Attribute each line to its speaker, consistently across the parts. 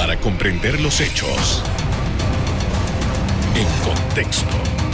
Speaker 1: para comprender los hechos en contexto.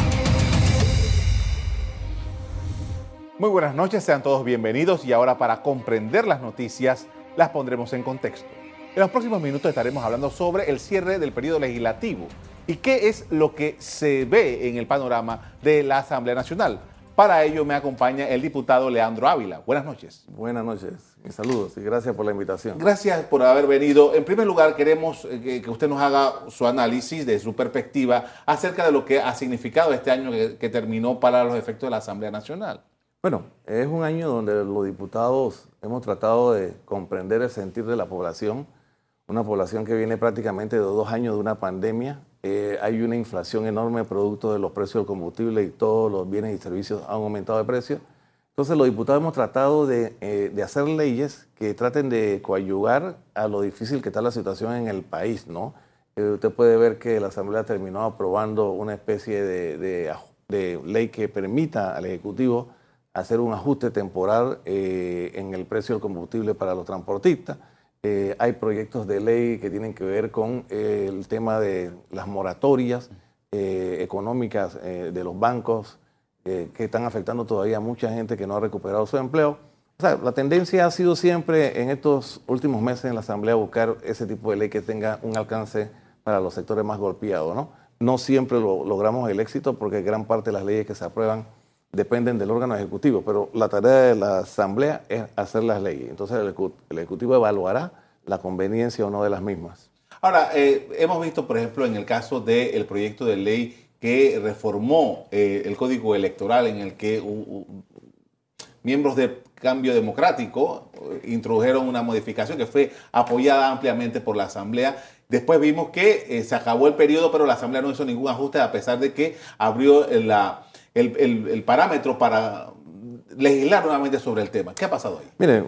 Speaker 2: Muy buenas noches, sean todos bienvenidos y ahora para comprender las noticias las pondremos en contexto. En los próximos minutos estaremos hablando sobre el cierre del periodo legislativo y qué es lo que se ve en el panorama de la Asamblea Nacional. Para ello me acompaña el diputado Leandro Ávila. Buenas noches.
Speaker 3: Buenas noches y saludos y gracias por la invitación.
Speaker 2: Gracias por haber venido. En primer lugar, queremos que usted nos haga su análisis de su perspectiva acerca de lo que ha significado este año que terminó para los efectos de la Asamblea Nacional.
Speaker 3: Bueno, es un año donde los diputados hemos tratado de comprender el sentir de la población, una población que viene prácticamente de 2 años de una pandemia. Hay una inflación enorme producto de los precios del combustible y todos los bienes y servicios han aumentado de precio. Entonces los diputados hemos tratado de hacer leyes que traten de coadyuvar a lo difícil que está la situación en el país, ¿no? Usted puede ver que la Asamblea terminó aprobando una especie de ley que permita al Ejecutivo hacer un ajuste temporal en el precio del combustible para los transportistas. Hay proyectos de ley que tienen que ver con el tema de las moratorias económicas de los bancos que están afectando todavía a mucha gente que no ha recuperado su empleo. O sea, la tendencia ha sido siempre en estos últimos meses en la Asamblea buscar ese tipo de ley que tenga un alcance para los sectores más golpeados, ¿no? No siempre logramos el éxito porque gran parte de las leyes que se aprueban dependen del órgano ejecutivo, pero la tarea de la Asamblea es hacer las leyes. Entonces el Ejecutivo evaluará la conveniencia o no de las mismas.
Speaker 2: Ahora, hemos visto, por ejemplo, en el caso del proyecto de ley que reformó el Código Electoral, en el que miembros de Cambio Democrático introdujeron una modificación que fue apoyada ampliamente por la Asamblea. Después vimos que se acabó el periodo, pero la Asamblea no hizo ningún ajuste, a pesar de que abrió el parámetro para legislar nuevamente sobre el tema. ¿Qué ha pasado ahí?
Speaker 3: Miren,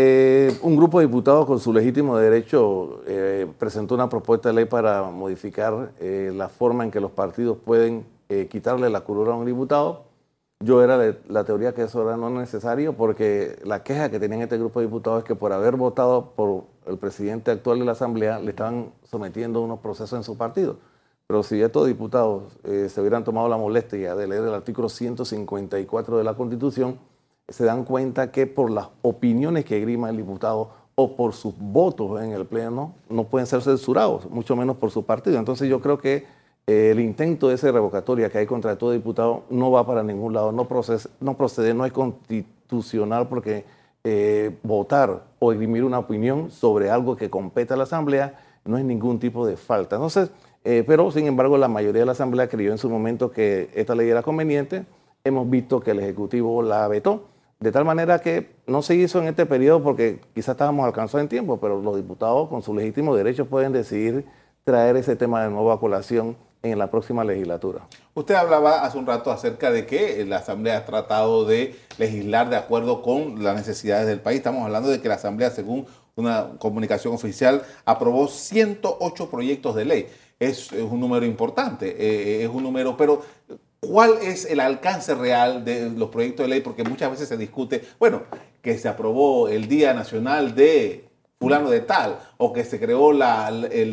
Speaker 3: un grupo de diputados con su legítimo derecho presentó una propuesta de ley para modificar la forma en que los partidos pueden quitarle la curula a un diputado. Yo era de la teoría que eso era no necesario porque la queja que tenían este grupo de diputados es que por haber votado por el presidente actual de la Asamblea le estaban sometiendo unos procesos en su partido. Pero si estos diputados se hubieran tomado la molestia de leer el artículo 154 de la Constitución, se dan cuenta que por las opiniones que esgrima el diputado o por sus votos en el Pleno no pueden ser censurados, mucho menos por su partido. Entonces yo creo que el intento de esa revocatoria que hay contra todo diputado no va para ningún lado, no procede, no es constitucional porque votar o esgrimir una opinión sobre algo que compete a la Asamblea no es ningún tipo de falta. Entonces, pero sin embargo la mayoría de la Asamblea creyó en su momento que esta ley era conveniente. Hemos visto que el Ejecutivo la vetó, de tal manera que no se hizo en este periodo porque quizás estábamos alcanzados en tiempo, pero los diputados con su legítimo derecho pueden decidir traer ese tema de nuevo a colación en la próxima legislatura.
Speaker 2: Usted hablaba hace un rato acerca de que la Asamblea ha tratado de legislar de acuerdo con las necesidades del país. Estamos hablando de que la Asamblea, según una comunicación oficial, aprobó 108 proyectos de ley. Es un número importante, es un número, pero ¿cuál es el alcance real de los proyectos de ley? Porque muchas veces se discute, bueno, que se aprobó el Día Nacional de fulano de tal, o que se creó el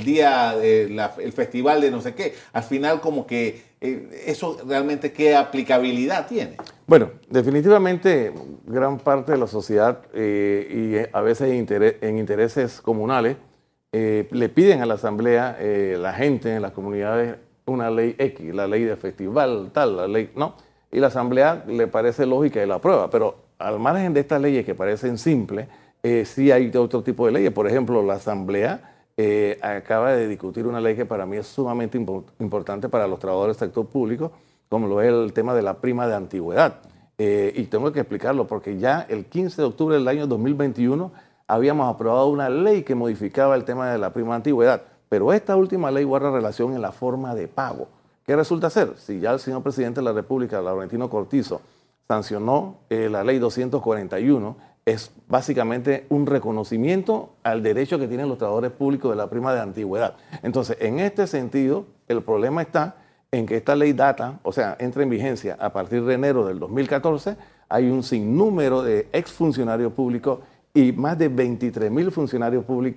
Speaker 2: festival de no sé qué. Al final, como que eso realmente, ¿qué aplicabilidad tiene?
Speaker 3: Bueno, definitivamente gran parte de la sociedad y a veces en intereses comunales le piden a la Asamblea, la gente en las comunidades, una ley X, la ley de festival, tal, la ley, ¿no? Y la Asamblea le parece lógica y la aprueba, pero al margen de estas leyes que parecen simples, sí hay otro tipo de leyes. Por ejemplo, la Asamblea acaba de discutir una ley que para mí es sumamente importante para los trabajadores del sector público, como lo es el tema de la prima de antigüedad. Y tengo que explicarlo porque ya el 15 de octubre del año 2021 habíamos aprobado una ley que modificaba el tema de la prima de antigüedad, pero esta última ley guarda relación en la forma de pago. ¿Qué resulta ser? Si ya el señor presidente de la República, Laurentino Cortizo, sancionó la ley 241, es básicamente un reconocimiento al derecho que tienen los trabajadores públicos de la prima de antigüedad. Entonces, en este sentido, el problema está en que esta ley data, o sea, entra en vigencia a partir de enero del 2014, hay un sinnúmero de exfuncionarios públicos y más de 23,000 funcionarios públicos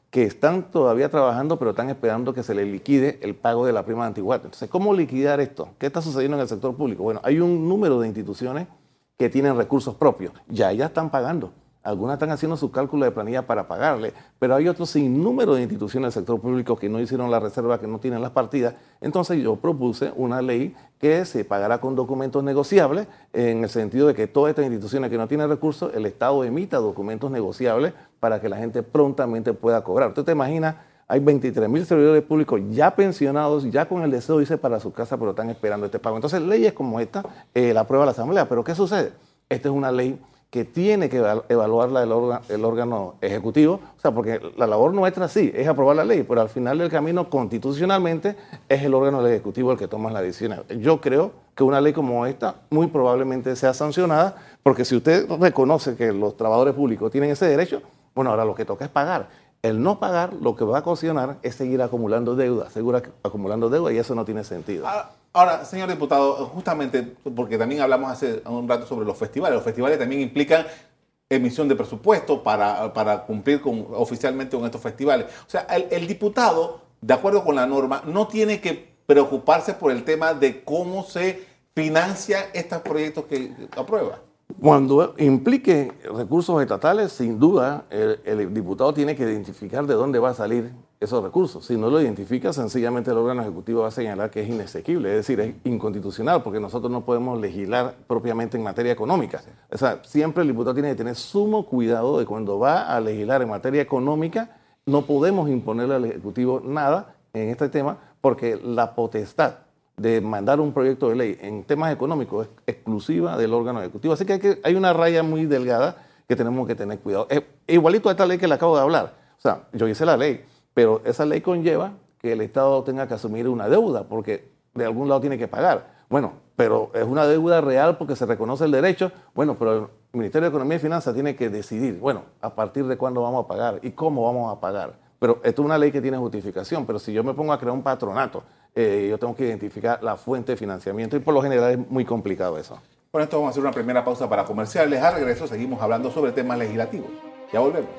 Speaker 3: que están todavía trabajando, pero están esperando que se les liquide el pago de la prima de antigüedad. Entonces, ¿cómo liquidar esto? ¿Qué está sucediendo en el sector público? Bueno, hay un número de instituciones que tienen recursos propios. Ya están pagando. Algunas están haciendo sus cálculos de planilla para pagarle, pero hay otros sinnúmero de instituciones del sector público que no hicieron la reserva, que no tienen las partidas. Entonces yo propuse una ley que se pagará con documentos negociables, en el sentido de que todas estas instituciones que no tienen recursos, el Estado emita documentos negociables para que la gente prontamente pueda cobrar. ¿Usted te imagina? Hay 23.000 servidores públicos ya pensionados, ya con el deseo de irse para su casa, pero están esperando este pago. Entonces, leyes como esta la aprueba la Asamblea. ¿Pero qué sucede? Esta es una ley que tiene que evaluarla el órgano ejecutivo, o sea, porque la labor nuestra sí es aprobar la ley, pero al final del camino, constitucionalmente, es el órgano del ejecutivo el que toma las decisiones. Yo creo que una ley como esta muy probablemente sea sancionada, porque si usted reconoce que los trabajadores públicos tienen ese derecho, bueno, ahora lo que toca es pagar. El no pagar lo que va a ocasionar es seguir acumulando deuda, acumulando deuda, y eso no tiene sentido.
Speaker 2: Ahora, señor diputado, justamente porque también hablamos hace un rato sobre los festivales también implican emisión de presupuesto para cumplir oficialmente con estos festivales. O sea, el diputado, de acuerdo con la norma, no tiene que preocuparse por el tema de cómo se financia estos proyectos que aprueba.
Speaker 3: Cuando implique recursos estatales, sin duda, el diputado tiene que identificar de dónde va a salir esos recursos. Si no lo identifica, sencillamente el órgano ejecutivo va a señalar que es inexequible, es decir, es inconstitucional, porque nosotros no podemos legislar propiamente en materia económica. O sea, siempre el diputado tiene que tener sumo cuidado de cuando va a legislar en materia económica, no podemos imponerle al ejecutivo nada en este tema, porque la potestad de mandar un proyecto de ley en temas económicos es exclusiva del órgano ejecutivo. Así que hay una raya muy delgada que tenemos que tener cuidado. Igualito a esta ley que le acabo de hablar. O sea, yo hice la ley, pero esa ley conlleva que el Estado tenga que asumir una deuda, porque de algún lado tiene que pagar. Bueno, pero es una deuda real porque se reconoce el derecho. Bueno, pero el Ministerio de Economía y Finanzas tiene que decidir, bueno, a partir de cuándo vamos a pagar y cómo vamos a pagar. Pero esto es una ley que tiene justificación, pero si yo me pongo a crear un patronato, yo tengo que identificar la fuente de financiamiento y por lo general es muy complicado eso.
Speaker 2: Con esto vamos a hacer una primera pausa para comerciales. Al regreso seguimos hablando sobre temas legislativos. Ya volvemos.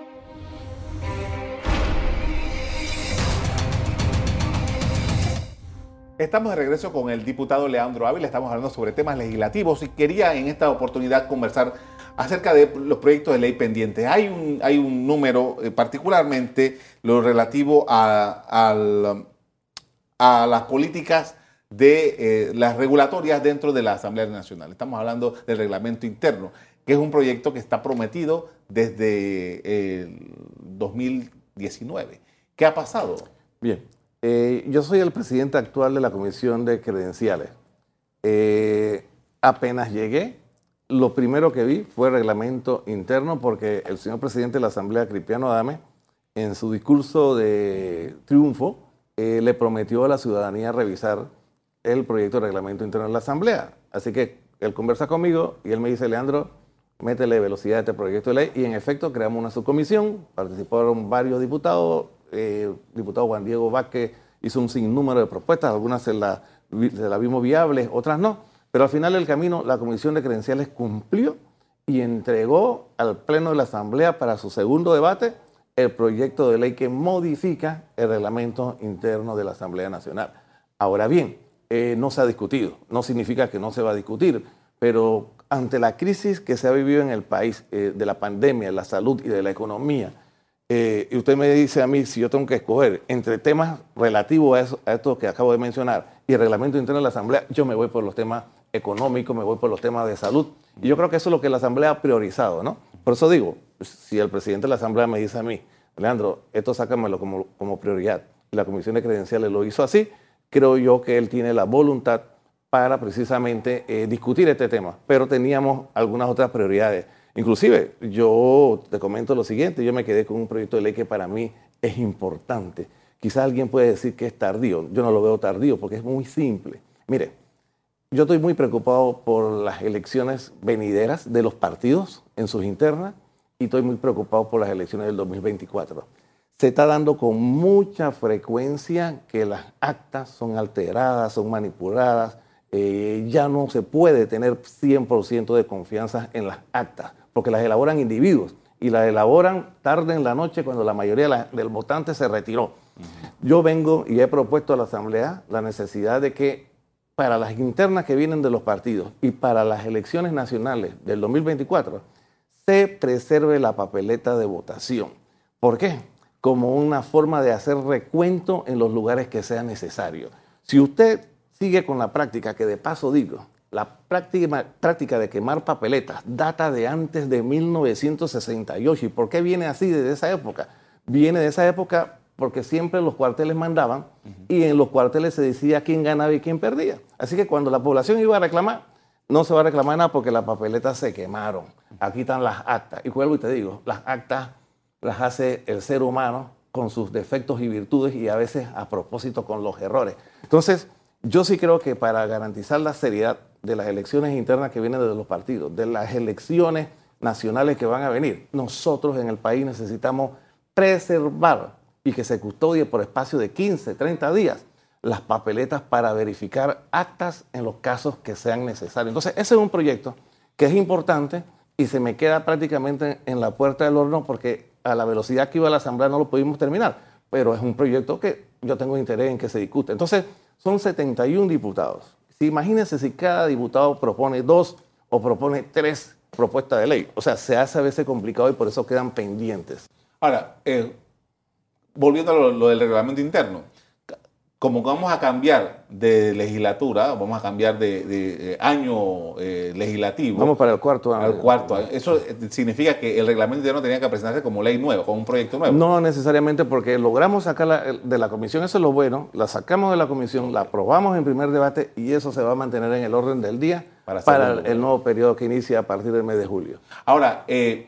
Speaker 2: Estamos de regreso con el diputado Leandro Ávila. Estamos hablando sobre temas legislativos y quería en esta oportunidad conversar acerca de los proyectos de ley pendientes. Hay un número, particularmente lo relativo a las políticas de las regulatorias dentro de la Asamblea Nacional. Estamos hablando del reglamento interno, que es un proyecto que está prometido desde el 2019. ¿Qué ha pasado?
Speaker 3: Bien, yo soy el presidente actual de la Comisión de Credenciales. Apenas llegué, lo primero que vi fue el reglamento interno, porque el señor presidente de la Asamblea, Cristiano Adame, en su discurso de triunfo, le prometió a la ciudadanía revisar el proyecto de reglamento interno de la Asamblea. Así que él conversa conmigo y él me dice, Leandro, métele velocidad a este proyecto de ley. Y en efecto creamos una subcomisión, participaron varios diputados, diputado Juan Diego Vázquez hizo un sinnúmero de propuestas, algunas se la vimos viables, otras no. Pero al final del camino la Comisión de Credenciales cumplió y entregó al Pleno de la Asamblea para su segundo debate el proyecto de ley que modifica el reglamento interno de la Asamblea Nacional. Ahora bien, no se ha discutido, no significa que no se va a discutir, pero ante la crisis que se ha vivido en el país, de la pandemia, de la salud y de la economía, y usted me dice a mí si yo tengo que escoger entre temas relativos a esto que acabo de mencionar y el reglamento interno de la Asamblea, yo me voy por los temas económicos, me voy por los temas de salud. Y yo creo que eso es lo que la Asamblea ha priorizado, ¿no? Por eso digo, si el presidente de la Asamblea me dice a mí, Leandro, esto sácamelo como prioridad, y la Comisión de Credenciales lo hizo así, creo yo que él tiene la voluntad para precisamente discutir este tema. Pero teníamos algunas otras prioridades. Inclusive, yo te comento lo siguiente, yo me quedé con un proyecto de ley que para mí es importante. Quizás alguien puede decir que es tardío, yo no lo veo tardío porque es muy simple. Mire, yo estoy muy preocupado por las elecciones venideras de los partidos en sus internas y estoy muy preocupado por las elecciones del 2024. Se está dando con mucha frecuencia que las actas son alteradas, son manipuladas, ya no se puede tener 100% de confianza en las actas, porque las elaboran individuos y la elaboran tarde en la noche cuando la mayoría del votante se retiró. Yo vengo y he propuesto a la Asamblea la necesidad de que para las internas que vienen de los partidos y para las elecciones nacionales del 2024 se preserve la papeleta de votación. ¿Por qué? Como una forma de hacer recuento en los lugares que sea necesario. Si usted sigue con la práctica, que de paso digo, la práctica de quemar papeletas data de antes de 1968. ¿Y por qué viene así desde esa época? Viene de esa época porque siempre los cuarteles mandaban y en los cuarteles se decía quién ganaba y quién perdía. Así que cuando la población iba a reclamar, no se va a reclamar nada porque las papeletas se quemaron. Aquí están las actas. Y vuelvo y te digo, las actas las hace el ser humano con sus defectos y virtudes y a veces a propósito con los errores. Entonces, yo sí creo que para garantizar la seriedad de las elecciones internas que vienen de los partidos, de las elecciones nacionales que van a venir, nosotros en el país necesitamos preservar y que se custodie por espacio de 15, 30 días las papeletas para verificar actas en los casos que sean necesarios. Entonces, ese es un proyecto que es importante y se me queda prácticamente en la puerta del horno porque a la velocidad que iba la Asamblea no lo pudimos terminar, pero es un proyecto que yo tengo interés en que se discute. Entonces, son 71 diputados. Imagínense si cada diputado propone 2 o propone 3 propuestas de ley. O sea, se hace a veces complicado y por eso quedan pendientes.
Speaker 2: Ahora, volviendo a lo del reglamento interno, como vamos a cambiar de legislatura, vamos a cambiar de año legislativo.
Speaker 3: Vamos para el cuarto año.
Speaker 2: Al cuarto año. Eso significa que el reglamento interno tenía que presentarse como ley nueva, como un proyecto nuevo.
Speaker 3: No necesariamente, porque logramos sacarla de la comisión, eso es lo bueno, la sacamos de la comisión, la aprobamos en primer debate y eso se va a mantener en el orden del día para el nuevo periodo que inicia a partir del mes de julio.
Speaker 2: Ahora,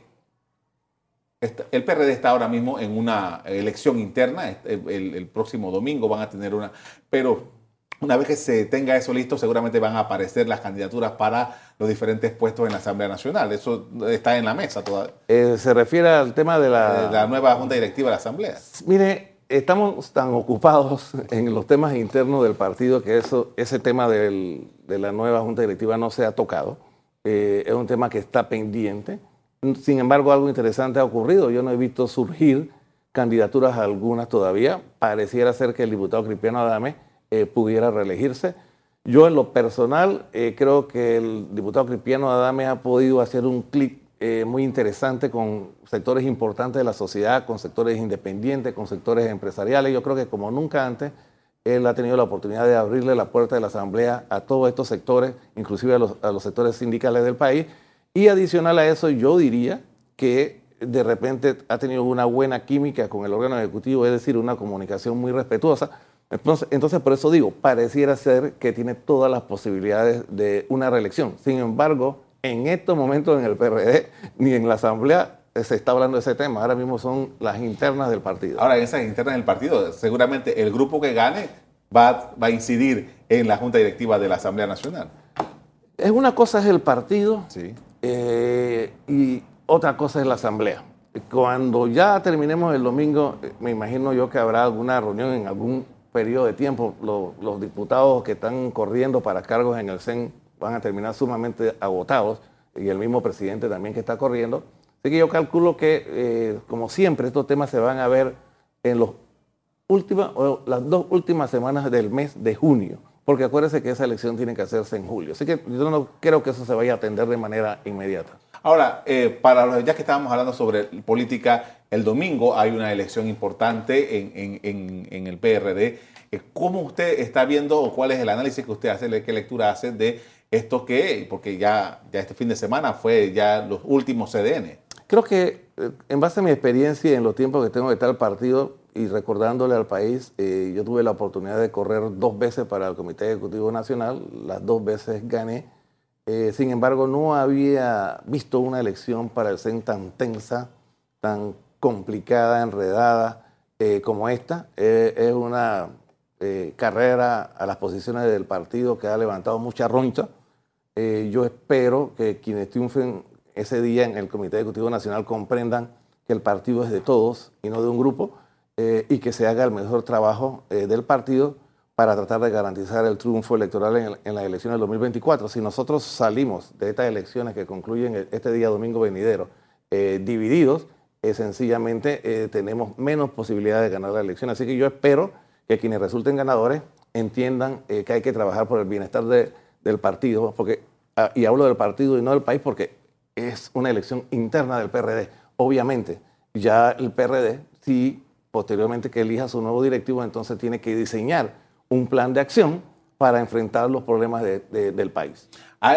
Speaker 2: el PRD está ahora mismo en una elección interna, el próximo domingo van a tener una, pero una vez que se tenga eso listo, seguramente van a aparecer las candidaturas para los diferentes puestos en la Asamblea Nacional. Eso está en la mesa todavía.
Speaker 3: Se refiere al tema de
Speaker 2: la nueva Junta Directiva de la Asamblea.
Speaker 3: Mire, estamos tan ocupados en los temas internos del partido que ese tema de la nueva Junta Directiva no se ha tocado. Es un tema que está pendiente. Sin embargo, algo interesante ha ocurrido. Yo no he visto surgir candidaturas algunas todavía. Pareciera ser que el diputado Cristiano Adame pudiera reelegirse. Yo en lo personal creo que el diputado Cristiano Adame ha podido hacer un clic muy interesante con sectores importantes de la sociedad, con sectores independientes, con sectores empresariales. Yo creo que como nunca antes, él ha tenido la oportunidad de abrirle la puerta de la Asamblea a todos estos sectores, inclusive a los sectores sindicales del país. Y adicional a eso, yo diría que de repente ha tenido una buena química con el órgano ejecutivo, es decir, una comunicación muy respetuosa. Entonces, por eso digo, pareciera ser que tiene todas las posibilidades de una reelección. Sin embargo, en estos momentos en el PRD ni en la Asamblea se está hablando de ese tema. Ahora mismo son las internas del partido.
Speaker 2: Ahora, en esas internas del partido, seguramente el grupo que gane va a incidir en la Junta Directiva de la Asamblea Nacional.
Speaker 3: Una cosa es el partido.
Speaker 2: Sí.
Speaker 3: Y otra cosa es la Asamblea. Cuando ya terminemos el domingo, me imagino yo que habrá alguna reunión en algún periodo de tiempo. Los diputados que están corriendo para cargos en el CEN van a terminar sumamente agotados y el mismo presidente también que está corriendo. Así que yo calculo que, como siempre, estos temas se van a ver en las 2 últimas semanas del mes de junio. Porque acuérdese que esa elección tiene que hacerse en julio. Así que yo no creo que eso se vaya a atender de manera inmediata.
Speaker 2: Ahora, ya que estábamos hablando sobre política, el domingo hay una elección importante en el PRD. ¿Cómo usted está viendo o cuál es el análisis que usted hace, qué lectura hace de esto porque ya este fin de semana fue ya los últimos CDN?
Speaker 3: Creo que en base a mi experiencia y en los tiempos que tengo de estar al partido, y recordándole al país, yo tuve la oportunidad de correr 2 veces para el Comité Ejecutivo Nacional, las 2 veces gané. Sin embargo, no había visto una elección para el CEN tan tensa, tan complicada, enredada como esta. Es una carrera a las posiciones del partido que ha levantado mucha roncha. Yo espero que quienes triunfen ese día en el Comité Ejecutivo Nacional comprendan que el partido es de todos y no de un grupo. Y que se haga el mejor trabajo del partido para tratar de garantizar el triunfo electoral en las elecciones del 2024. Si nosotros salimos de estas elecciones que concluyen este día domingo venidero divididos, sencillamente tenemos menos posibilidades de ganar la elección. Así que yo espero que quienes resulten ganadores entiendan que hay que trabajar por el bienestar del partido, y hablo del partido y no del país porque es una elección interna del PRD. Obviamente, ya el PRD, si posteriormente que elija su nuevo directivo, entonces tiene que diseñar un plan de acción para enfrentar los problemas del país.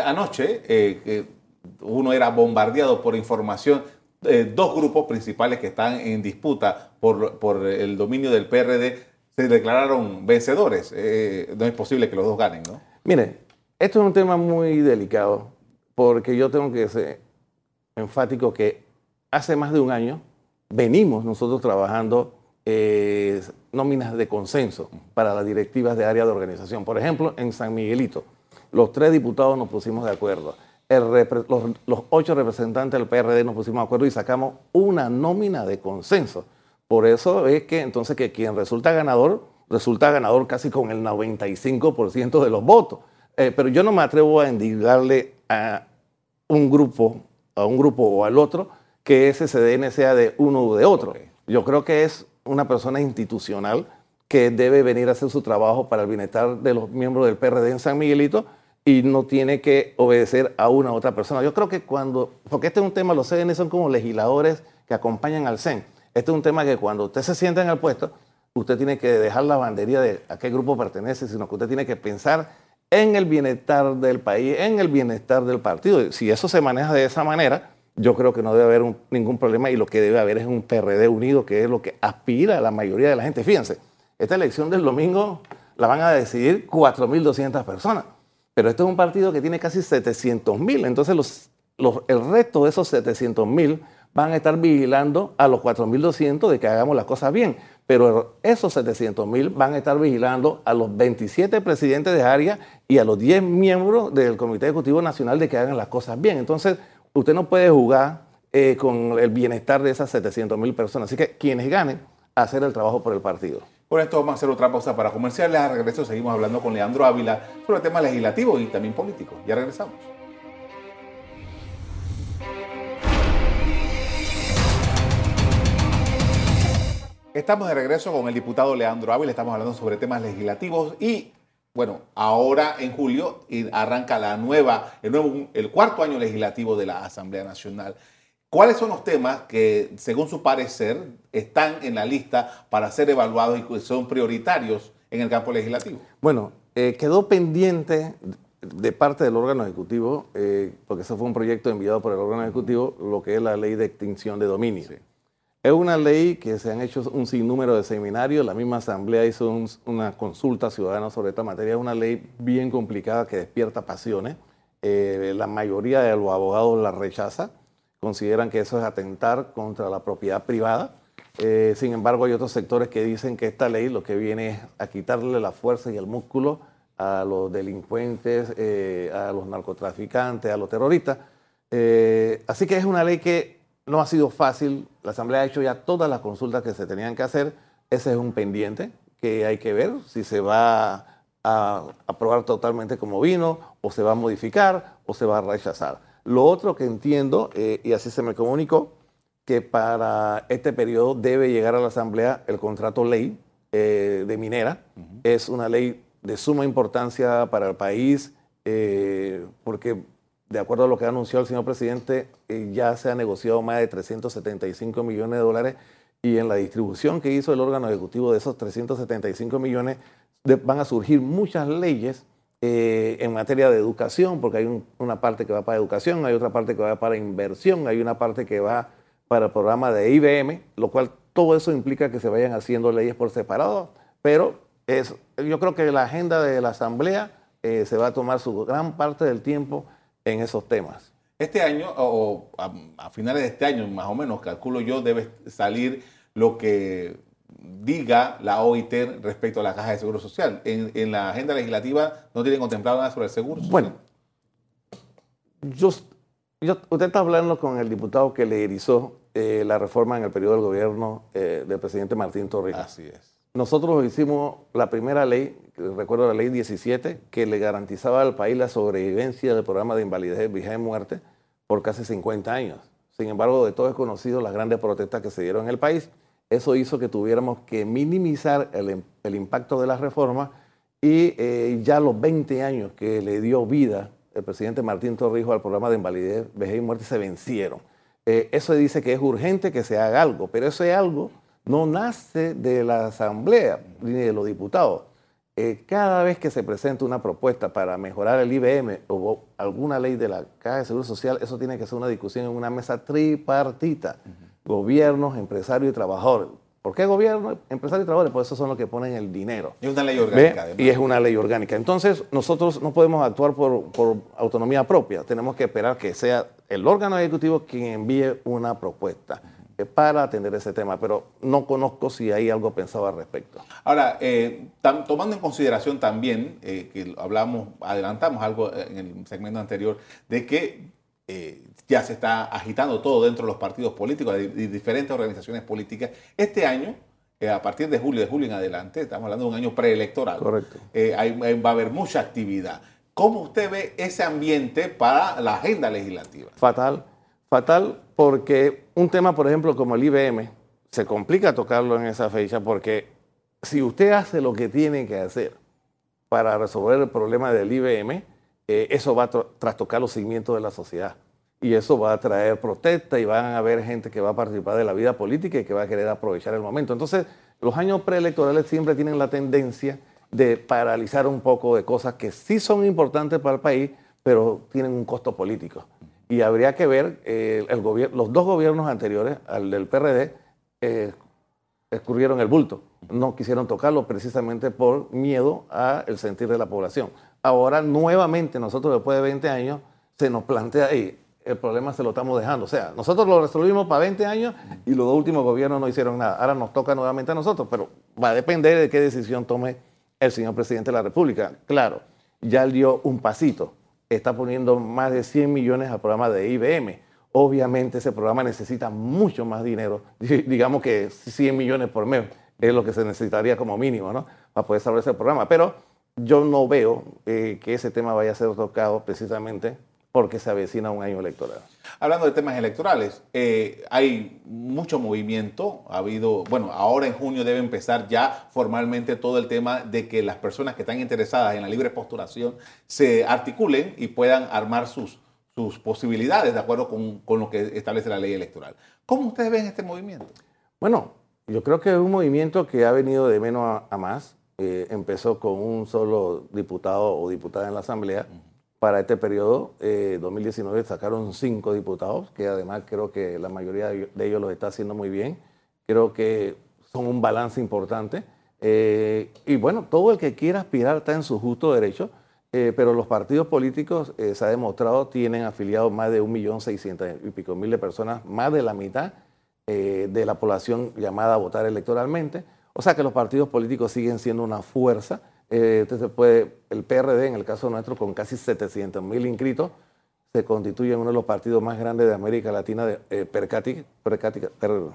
Speaker 2: Anoche uno era bombardeado por información. Dos grupos principales que están en disputa por el dominio del PRD se declararon vencedores. No es posible que los dos ganen, ¿no?
Speaker 3: Mire, esto es un tema muy delicado porque yo tengo que ser enfático que hace más de un año venimos nosotros trabajando nóminas de consenso para las directivas de área de organización. Por ejemplo, en San Miguelito, los 3 diputados nos pusimos de acuerdo. Los 8 representantes del PRD nos pusimos de acuerdo y sacamos una nómina de consenso. Por eso es que entonces que quien resulta ganador casi con el 95% de los votos. Pero yo no me atrevo a indicarle a un grupo o al otro que ese CDN sea de uno o de otro. Okay. Yo creo que es una persona institucional que debe venir a hacer su trabajo para el bienestar de los miembros del PRD en San Miguelito y no tiene que obedecer a una u otra persona. Yo creo que porque este es un tema, los CDN son como legisladores que acompañan al CEN. Este es un tema que cuando usted se sienta en el puesto, usted tiene que dejar la bandería de a qué grupo pertenece, sino que usted tiene que pensar en el bienestar del país, en el bienestar del partido. Si eso se maneja de esa manera, yo creo que no debe haber ningún problema y lo que debe haber es un PRD unido, que es lo que aspira a la mayoría de la gente. Fíjense, esta elección del domingo la van a decidir 4.200 personas, pero este es un partido que tiene casi 700.000, entonces el resto de esos 700.000 van a estar vigilando a los 4.200 de que hagamos las cosas bien, pero esos 700.000 van a estar vigilando a los 27 presidentes de área y a los 10 miembros del Comité Ejecutivo Nacional de que hagan las cosas bien. Entonces, usted no puede jugar con el bienestar de esas 700.000 personas. Así que quienes ganen, hacer el trabajo por el partido.
Speaker 2: Por esto vamos a hacer otra pausa para comerciales. A regreso seguimos hablando con Leandro Ávila sobre temas legislativos y también políticos. Ya regresamos. Estamos de regreso con el diputado Leandro Ávila. Estamos hablando sobre temas legislativos y, bueno, ahora en julio arranca el cuarto año legislativo de la Asamblea Nacional. ¿Cuáles son los temas que, según su parecer, están en la lista para ser evaluados y que son prioritarios en el campo legislativo?
Speaker 3: Bueno, quedó pendiente de parte del órgano ejecutivo, porque eso fue un proyecto enviado por el órgano ejecutivo, lo que es la ley de extinción de dominio. Sí. Es una ley que se han hecho un sinnúmero de seminarios, la misma Asamblea hizo una consulta ciudadana sobre esta materia, es una ley bien complicada que despierta pasiones. La mayoría de los abogados la rechaza, consideran que eso es atentar contra la propiedad privada. Sin embargo, hay otros sectores que dicen que esta ley lo que viene es a quitarle la fuerza y el músculo a los delincuentes, a los narcotraficantes, a los terroristas. Así que es una ley que no ha sido fácil. La Asamblea ha hecho ya todas las consultas que se tenían que hacer. Ese es un pendiente que hay que ver si se va a aprobar totalmente como vino, o se va a modificar, o se va a rechazar. Lo otro que entiendo, y así se me comunicó, que para este periodo debe llegar a la Asamblea el contrato ley de minera. Es una ley de suma importancia para el país, porque de acuerdo a lo que ha anunciado el señor presidente, ya se ha negociado más de 375 millones de dólares y en la distribución que hizo el órgano ejecutivo de esos 375 millones van a surgir muchas leyes en materia de educación, porque hay una parte que va para educación, hay otra parte que va para inversión, hay una parte que va para el programa de IBM, lo cual todo eso implica que se vayan haciendo leyes por separado, pero yo creo que la agenda de la Asamblea se va a tomar su gran parte del tiempo en esos temas.
Speaker 2: Este año, o a finales de este año, más o menos, calculo yo, debe salir lo que diga la OIT respecto a la Caja de Seguro Social. En la agenda legislativa no tienen contemplado nada sobre el seguro social.
Speaker 3: Bueno, usted está hablando con el diputado que liderizó la reforma en el periodo del gobierno del presidente Martín Torrijos.
Speaker 2: Así es.
Speaker 3: Nosotros hicimos la primera ley, recuerdo la ley 17, que le garantizaba al país la sobrevivencia del programa de invalidez, vejez y muerte por casi 50 años. Sin embargo, de todo es conocido las grandes protestas que se dieron en el país. Eso hizo que tuviéramos que minimizar el impacto de las reformas y ya los 20 años que le dio vida el presidente Martín Torrijos al programa de invalidez, vejez y muerte se vencieron. Eso dice que es urgente que se haga algo, pero ese algo no nace de la Asamblea ni de los diputados. Cada vez que se presenta una propuesta para mejorar el IBM o alguna ley de la Caja de Seguro Social, eso tiene que ser una discusión en una mesa tripartita. Gobiernos, empresarios y trabajadores. ¿Por qué gobierno, empresarios y trabajadores? Pues esos son los que ponen el dinero.
Speaker 2: Es una ley orgánica, además.
Speaker 3: Y es una ley orgánica. Entonces, nosotros no podemos actuar por autonomía propia. Tenemos que esperar que sea el órgano ejecutivo quien envíe una propuesta para atender ese tema, pero no conozco si hay algo pensado al respecto.
Speaker 2: Ahora, tomando en consideración también, que adelantamos algo en el segmento anterior, de que ya se está agitando todo dentro de los partidos políticos y diferentes organizaciones políticas. Este año, a partir de julio en adelante, estamos hablando de un año preelectoral.
Speaker 3: Correcto.
Speaker 2: Va a haber mucha actividad. ¿Cómo usted ve ese ambiente para la agenda legislativa?
Speaker 3: Fatal porque un tema, por ejemplo, como el IBM, se complica tocarlo en esa fecha porque si usted hace lo que tiene que hacer para resolver el problema del IBM, eso va a trastocar los cimientos de la sociedad. Y eso va a traer protesta y van a haber gente que va a participar de la vida política y que va a querer aprovechar el momento. Entonces, los años preelectorales siempre tienen la tendencia de paralizar un poco de cosas que sí son importantes para el país, pero tienen un costo político. Y habría que ver, los dos gobiernos anteriores, al del PRD, escurrieron el bulto. No quisieron tocarlo precisamente por miedo al sentir de la población. Ahora, nuevamente, nosotros después de 20 años, se nos plantea ahí, el problema se lo estamos dejando. O sea, nosotros lo resolvimos para 20 años y los dos últimos gobiernos no hicieron nada. Ahora nos toca nuevamente a nosotros, pero va a depender de qué decisión tome el señor presidente de la República. Claro, ya dio un pasito. Está poniendo más de 100 millones al programa de IBM. Obviamente ese programa necesita mucho más dinero. Digamos que 100 millones por mes es lo que se necesitaría como mínimo, ¿no?, para poder desarrollar ese programa. Pero yo no veo que ese tema vaya a ser tocado precisamente porque se avecina un año electoral.
Speaker 2: Hablando de temas electorales, hay mucho movimiento. Ha habido, bueno, ahora en junio debe empezar ya formalmente todo el tema de que las personas que están interesadas en la libre postulación se articulen y puedan armar sus posibilidades de acuerdo con lo que establece la ley electoral. ¿Cómo ustedes ven este movimiento?
Speaker 3: Bueno, yo creo que es un movimiento que ha venido de menos a más. Empezó con un solo diputado o diputada en la Asamblea. Para este periodo 2019 sacaron 5 diputados, que además creo que la mayoría de ellos los está haciendo muy bien. Creo que son un balance importante. Y bueno, todo el que quiera aspirar está en su justo derecho, pero los partidos políticos, se ha demostrado, tienen afiliados más de 1.600.000 y pico de personas, más de la mitad de la población llamada a votar electoralmente. O sea que los partidos políticos siguen siendo una fuerza. Entonces el PRD, en el caso nuestro, con casi 700.000 inscritos, se constituye en uno de los partidos más grandes de América Latina per cápita.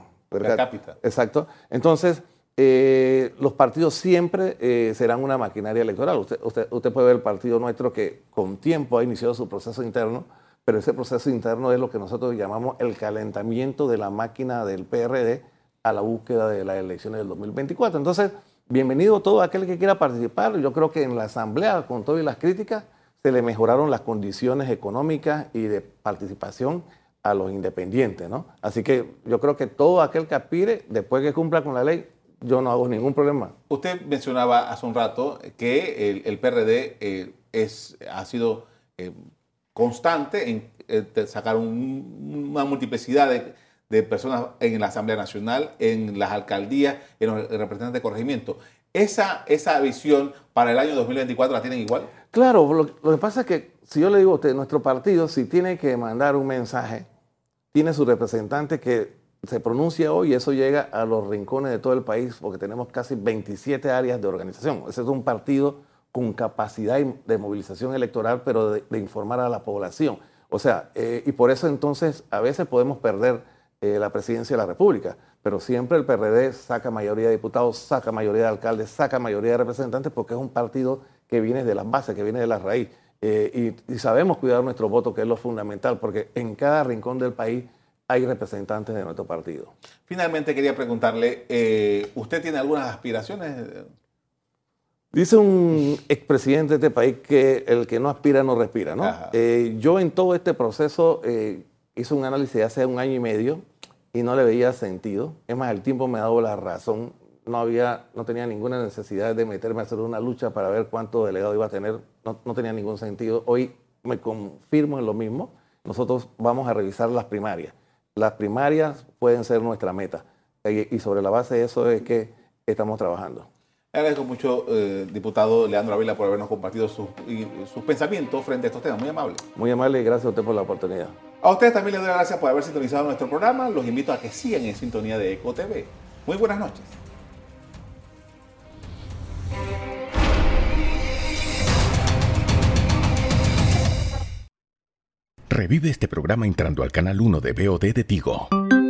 Speaker 3: Exacto. Entonces, los partidos siempre serán una maquinaria electoral. Usted puede ver el partido nuestro que con tiempo ha iniciado su proceso interno, pero ese proceso interno es lo que nosotros llamamos el calentamiento de la máquina del PRD a la búsqueda de las elecciones del 2024. Entonces, bienvenido todo aquel que quiera participar. Yo creo que en la Asamblea, con todas las críticas, se le mejoraron las condiciones económicas y de participación a los independientes, ¿no? Así que yo creo que todo aquel que aspire, después que cumpla con la ley, yo no hago ningún problema.
Speaker 2: Usted mencionaba hace un rato que el PRD ha sido constante en sacar una multiplicidad de personas en la Asamblea Nacional, en las alcaldías, en los representantes de corregimiento. ¿Esa visión para el año 2024 la tienen igual?
Speaker 3: Claro, lo que pasa es que si yo le digo a usted, nuestro partido, si tiene que mandar un mensaje, tiene su representante que se pronuncia hoy y eso llega a los rincones de todo el país porque tenemos casi 27 áreas de organización. Ese es un partido con capacidad de movilización electoral, pero de informar a la población. O sea, y por eso entonces a veces podemos perder la presidencia de la República, pero siempre el PRD saca mayoría de diputados, saca mayoría de alcaldes, saca mayoría de representantes porque es un partido que viene de las bases, que viene de la raíz. Y sabemos cuidar nuestro voto, que es lo fundamental, porque en cada rincón del país hay representantes de nuestro partido.
Speaker 2: Finalmente quería preguntarle, ¿usted tiene algunas aspiraciones?
Speaker 3: Dice un expresidente de este país que el que no aspira no respira, ¿no? Yo en todo este proceso hice un análisis de hace 1 año y medio y no le veía sentido. Es más, el tiempo me ha dado la razón. No tenía ninguna necesidad de meterme a hacer una lucha para ver cuánto delegado iba a tener. No tenía ningún sentido. Hoy me confirmo en lo mismo. Nosotros vamos a revisar las primarias. Las primarias pueden ser nuestra meta. Y sobre la base de eso es que estamos trabajando.
Speaker 2: Le agradezco mucho, diputado Leandro Ávila, por habernos compartido sus pensamientos frente a estos temas. Muy amable.
Speaker 3: Muy amable y gracias a usted por la oportunidad.
Speaker 2: A ustedes también les doy las gracias por haber sintonizado nuestro programa. Los invito a que sigan en sintonía de Eco TV. Muy buenas noches.
Speaker 1: Revive este programa entrando al canal 1 de VOD de Tigo.